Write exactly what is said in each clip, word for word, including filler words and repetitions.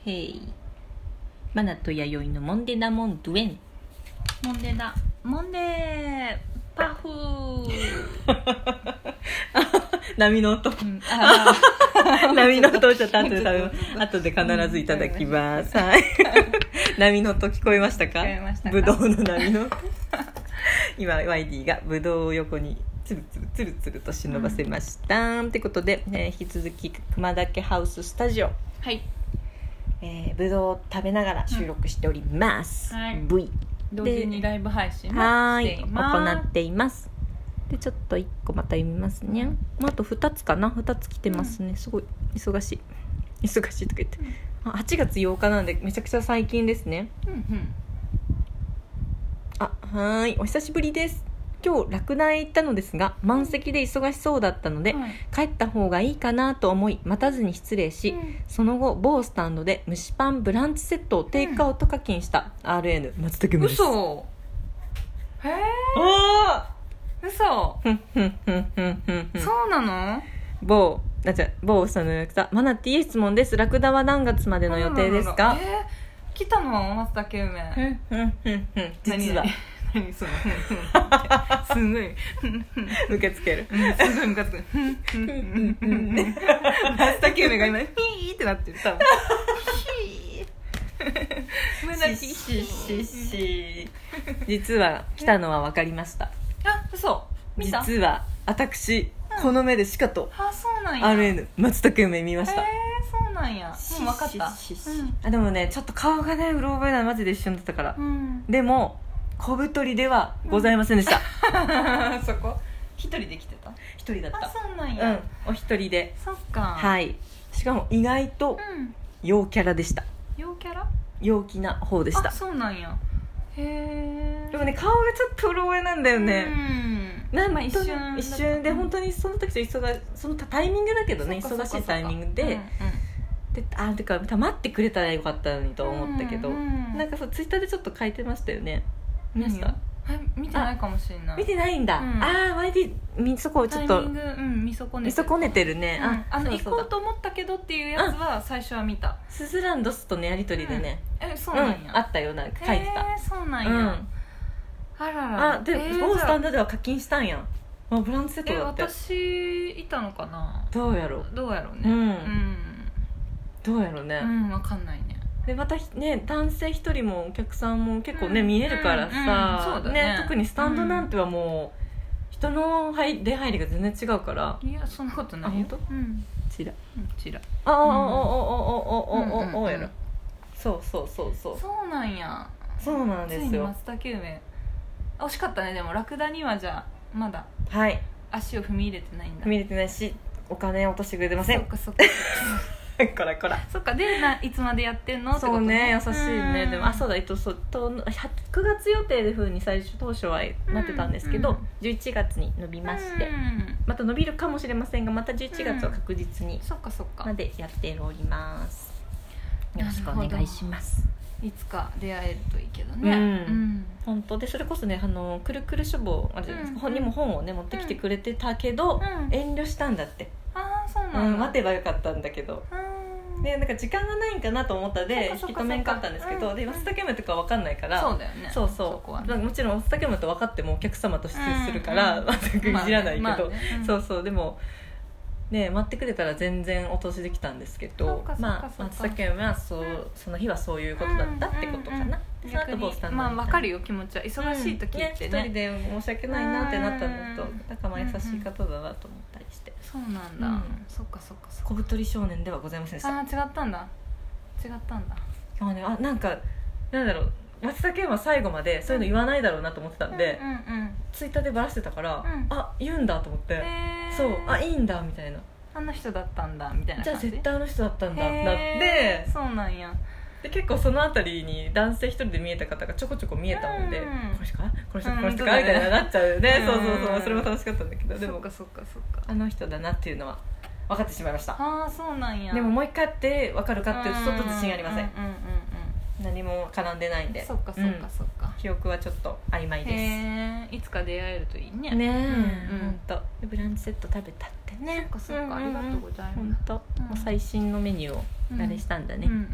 へいマナと弥生のモンデダモンドゥエン。 モンデだモンデパフー波の音、 うん、あ波の音をちょっと後で食べます後で必ずいただきます、はい、波の音聞こえましたか？ 聞こえましたか？ ぶどうの波の音今ワイディがぶどうを横につるつるつるつると忍ばせました、うん、ってことで、えー、引き続き熊岳ハウススタジオ、 はい、 えー、ぶどうを食べながら収録しております、 うん、はい、 V 同時にライブ配信もしています。 行っています。でちょっといっこまた読みますね、うん、あとふたつかなふたつ来てますね、うん、すごい忙しい忙しいとか言って、うん、はちがつようかなんでめちゃくちゃ最近ですね、 うんうん、 あはーいお久しぶりです。今日洛南へ行ったのですが満席で忙しそうだったので、うん、帰った方がいいかなと思い待たずに失礼し、うん、その後某スタンドで蒸しパンブランチセットをテイクアウト課金した アールエヌ 松竹梅です。 嘘へえ嘘そうなの？ 某あじゃ某スタンドのやつマナティへ質問です。ラクダは何月までの予定ですか？ えー、来たのは松竹梅実は何そのすごい受け付けるすごいムカつく松竹梅が今ヒーってなってる多分ヒーシッシッシ実は来たのは分かりました。 あ、嘘見た？ 実は私、うん、この目でしかとあ、そうなんやアールエヌ 松茸梅見ました。 へえ、そうなんや。もう分かった、うん、 あでもねちょっと顔がねうろ覚えなマジで一瞬だったから、うん、でも小太りではございませんでした、 うん、そこ一人で来てた？ 一人だった。 あ、そうなんや、 うん、お一人で。 そっか。 はい。しかも意外と陽キャラでした。 陽キャラ？ 陽気な方でした。 あ、そうなんや。へえ。 でもね顔がちょっとうろ覚えなんだよね。 うん。 なんまあ、一瞬一瞬で本当にその時と忙そのタイミングだけどね、忙しいタイミングで、うんうん、であてか待ってくれたらよかったのにと思ったけど、うんうん、なんかそうツイッターでちょっと書いてましたよね。見ました？ 見てないかもしれない。 見てないんだ、うん、ああ ワイディ みそこをちょっとタイミング、うん、見損ねてる見損ねてるね、 うん、ああの行こうと思ったけどっていうやつは最初は見た。 スズランドスとねやりとりでね、 うん、えそうなんや、 うん、あったような書いてた。 えー、そうなんや、うん、あららあで、えー、某スタンドでは課金したんや。あブランチセットだって。 え私いたのかな。 どうやろうどうやろうね、 うんうん、どうやろうね、 うん分かんないね。 でまたね男性一人もお客さんも結構ね、うん、見えるからさ、 うんうんそうだねね、特にスタンドなんてはもう、うん、人の出入りが全然違うから。 いやそんなことないよ。 あ本当？ うん、 チラ、 うん、チラああ、うん、おおおおおおおおやろ。そうそうそうそうそうなんや。 そうなんですよ。 ついに松茸梅惜しかったね。でもラクダにはじゃあまだはい足を踏み入れてないんだ。 踏み入れてないしお金落としてくれてません。 そっかそっかこらこら。 そっかでないつまでやってんのってことそうね優しいね。 うんでもあそうだえっとそうとくがつ予定で風に最初当初はなってたんですけど、うん、じゅういちがつに伸びまして、うん、また伸びるかもしれませんがまたじゅういちがつは確実にまでやっております、うん、よろしくお願いします。 いつか出会えるといいけどね、うんうん、本当でそれこそねあのくるくる書房あれ、うん、本にも本をね持ってきてくれてたけど、うん、遠慮したんだって。 ああそうなんだ、うん、 待てばよかったんだけど、でなんか時間がないんかなと思ったで引き止めんかったんですけど、うん、で松茸梅とか分かんないからそうだよね。 そうそうそこは、ね、もちろん松茸梅と分かってもお客様と出演するから、うんうん、全くいじらないけど、まあねまあねうん、そうそうでもね待ってくれたら全然お通しできたんですけど、まあ松茸梅はそう、うん、その日はそういうことだったってことかな、うんうんうん、でその後ボスタンドまあ分かるよ気持ちは忙しい時ってね、 うん、ね一人で申し訳ないなってなったのとだからまあ優しい方だなと思ったりして、 そうなんだ、うん、そっかそっかそっか。 小太り少年ではございませんでした。 ああ違ったんだ違ったんだ。 あ、ね、あなんかなんだろう松茸は最後までそういうの言わないだろうなと思ってたんで、うんうんうん、ツイッターでバラしてたから、うん、あ言うんだと思って、そうあいいんだみたいな、 あの人だったんだみたいな感じ。 じゃあ絶対あの人だったんだってなって、 そうなんや。 で結構そのあたりに男性一人で見えた方がちょこちょこ見えたもんで、うん、この人かこの人かこの人かみたいななっちゃうよね、うん、そうそうそうそれも楽しかったんだけど、でもそっかそっかそっかあの人だなっていうのは分かってしまいました。 ああそうなんや。 でももう一回やって分かるかっていうとちょっと自信ありません、うんうんうんうん、何も絡んでないんで。 そっかそっかそっか、 うん、記憶はちょっと曖昧です。 へえいつか出会えるといいね。 ねえ、うんうん、ほんとブランチセット食べたってね。 そっかそっか、うんうん、ありがとうございます。 ほんと、うん、もう最新のメニューをあれしたんだね、 うんうん、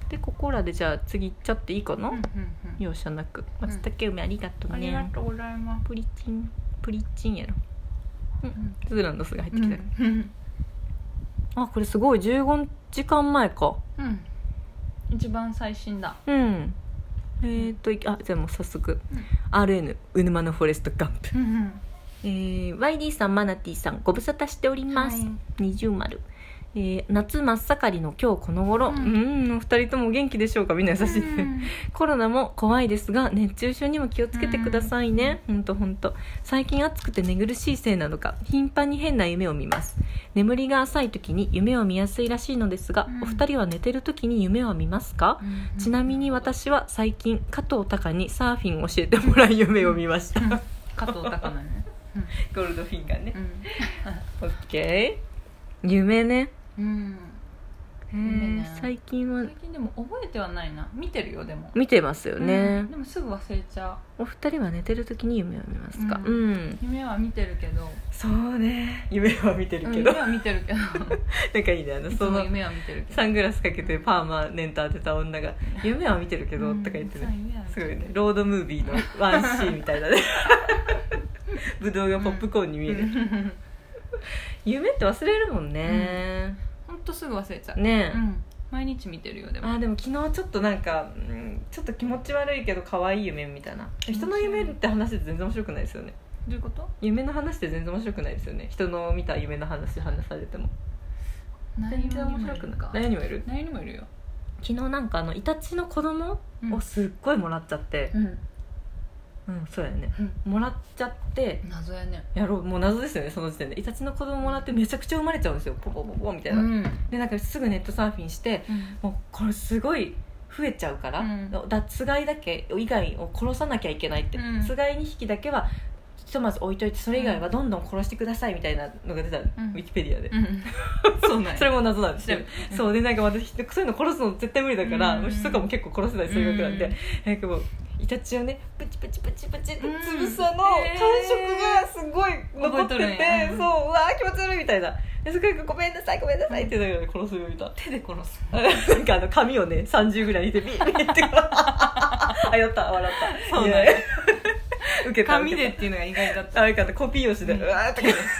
でここらでじゃあ次行っちゃっていいかな、 うんうんうん容赦なく松茸梅ありがとうね、 ありがとうございます。 プリチンプリチンやろ、うんんズーランドスが入ってきた、 うんあこれすごいじゅうごじかんまえか。 うん一番最新だ。 うんえー、っとあじゃあもう早速、 うんアールエヌ ウヌマのフォレストガンプ、 うんうんえー、ワイディー さんマナティさんご無沙汰しております、 はい二重丸、えー夏真っ盛りの今日この頃、ううんんお二人とも元気でしょうか。みんな優しいね、 うんコロナも怖いですが熱中症にも気をつけてくださいね、ほんとほんと。最近暑くて寝苦しいせいなのか頻繁に変な夢を見ます。眠りが浅い時に夢を見やすいらしいのですが、 うんお二人は寝てる時に夢は見ますか、 うんちなみに私は最近加藤隆にサーフィンを教えてもらい夢を見ました加藤隆のね。 ゴールドフィンガーねうんオッケー夢ね、 うんえ夢ねー、最近は最近でも覚えてはないな。見てるよでも。 見てますよね、 うんでもすぐ忘れちゃお二人は寝てる時に夢を見ますか。 ううんん、 夢は見てるけどそうね夢は見てるうんけど、 夢は見てるけどなんかいいねあのいつそのも夢は見てるけどサングラスかけてパーマネント当てた女が夢は見てるけど、 うんとか言ってそうね夢は見てるすごいねロードムービーのワンシーンみたいなねブドウがポップコーンに見える、 うん夢って忘れるもんね、 ほんとすぐ忘れちゃうねえ、 うん毎日見てるよでもあでも昨日ちょっとなんか、うん、ちょっと気持ち悪いけど可愛い夢みたいな。人の夢って話って全然面白くないですよね。 どういうこと夢の話って全然面白くないですよね。人の見た夢の話話されても全然面白くない。何にもいる。 何にもいるよ昨日なんかあのイタチの子供うんをすっごいもらっちゃって、 うんうんそうやね、 うんもらっちゃって謎やねやろうもう謎ですよね。その時点でイタチの子供もらってめちゃくちゃ生まれちゃうんですよ。ポポポポみたいな、 うんでなんかすぐネットサーフィンしてもうこれすごい増えちゃうから、 うんだつがいだけ以外を殺さなきゃいけないって、 うんつがいにひきだけはひとまず置いといてそれ以外はどんどん殺してくださいみたいなのが出た、 んウィキペディアで、 うんそうなんやそれも謎なんですよ、 うんそうでなんか私そういうの殺すの絶対無理だから、 うん虫とかも結構殺せない性格なんで、 うんなんかもうイタチをねプチプチプチプチって潰すうんあの感触がすごい残ってて、 覚えとるんやうんそううわー気持ち悪いみたいなでそこからごめんなさいごめんなさいって言いながら殺すよみたいな手で殺すなんかあの髪をねさんじゅうぐらいにしてビービーってあやった笑ったそうだいや受けた紙で受けっていうのが意外だったたあよかったコピー用紙で、 うんうわーって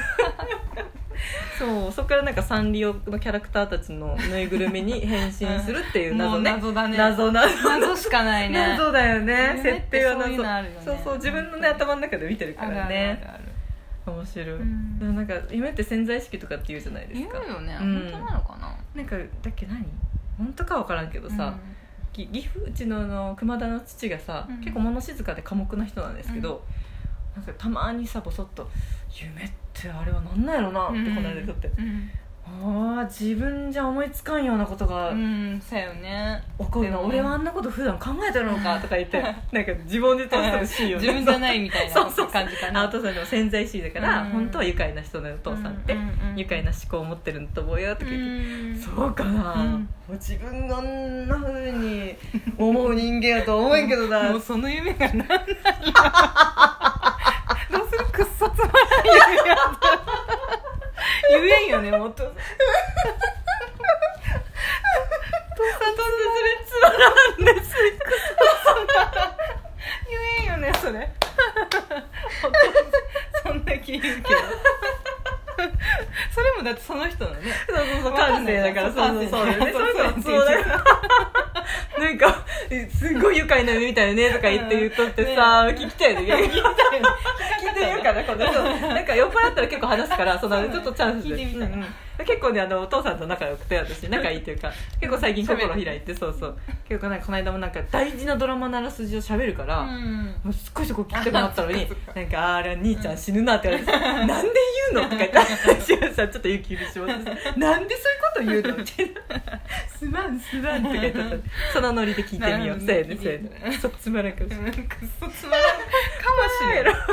そうそこからなんかサンリオのキャラクターたちのぬいぐるみに変身するっていう謎ね、 もう謎だね謎謎謎しかないね謎だよね夢って設定は謎そういうのあるよねそうそう自分のね頭の中で見てるかあるあるらねあるある面白い、 うんでもなんか夢って潜在意識とかって言うじゃないです言かうよね、 うん本当なのかななんかだっけ何本当か分からんけどさ、ぎ岐阜うちのあの熊田の父がさ、 うん結構物静かで寡黙な人なんですけど、なんかたまにさボソッと「夢ってあれは何なんやろな」ってこの間言っとって、 うんああ自分じゃ思いつかんようなことがうん、うん、そうよね起こるの、 でも俺はあんなこと普段考えてるのかとか言ってなんか自分で通すしいよね自分じゃないみたいなそうそうそう感じかなあお父さんでも潜在意識だから、 うん本当は愉快な人のお父さんって、 うんうんうん愉快な思考を持ってるんだと思うよとか言って、 うんそうかな、 うんもう自分があんな風に思う人間やとは思えんけどな、 もうその夢がなんなんやどうするくっそつまらん夢やった言えんよねもっと父さんとそれつまらんです言えんよねそれそんだけ言うけどそれもだってその人のねそうそうそう感性だからそうそうそうだよねそうそうそうそうだよなんかすごい愉快な夢みたいなねとか言って言っとってさ聞きたいね聞きたい聞いてみようかな今度そうなんか酔っ払ったら結構話すからそのちょっとチャンスで聞いてみたいうんうん結構ねあのお父さんと仲良くて私仲いいっていうか結構最近心開いてそうそう結構なんかこの間もなんか大事なドラマのあらすじを喋るから、 うんもうすっごいそこ聞きたくなったのにそっかそっかなんかあれ兄ちゃん死ぬなって言われてさ、なんで言うのとか言って私がさちょっと勇気許しますなんでそういうこと言うのみたいなすまんすまんとか言ってたそのノリで聞いてみようせやねせやねそっつまらんかもしれないくっそつまらんかもしれん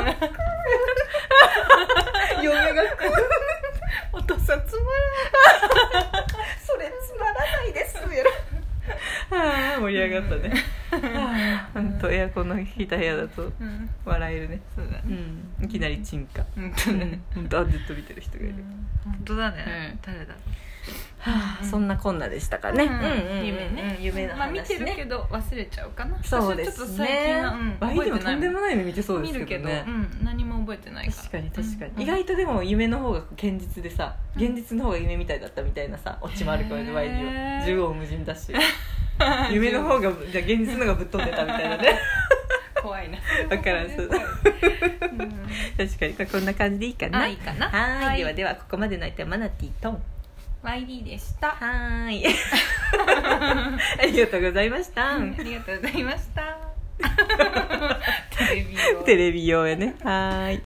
嫁がお父さんつまらんそれつまらないですやろはあ盛り上がったね本当エアコンの効いた部屋だとうん笑えるね、 そうだね、 うん、いきなり沈下、 本当だね、 本当あずっと見てる人がいる、 本当だね、 うん誰だろはあ、そんなこんなでしたかね、 うんうんうんうん夢ね、 夢の話ね、 まあ見てるけど忘れちゃうかな。 そうです私ちょっと最近ねは、うん、 ワイでもとんで覚えてないもない夢見てそうです見るけど、 けどね、 うん、何も覚えてないから。 確かに確かに、 うん意外とでも夢の方が現実でさ、 うん現実の方が夢みたいだったみたいなさオチもあるからね、ワイディは縦横無尽だしうん夢の方がじゃあ現実の方がぶっ飛んでたみたいなね怖いな。 わからんそう怖いうん確かにこんな感じでいいかな。 あいいかなはーい、 はいではではここまでの相手はマナティとワイディー でした。 はーいありがとうございましたありがとうございました。テレビをテレビ用やねはーい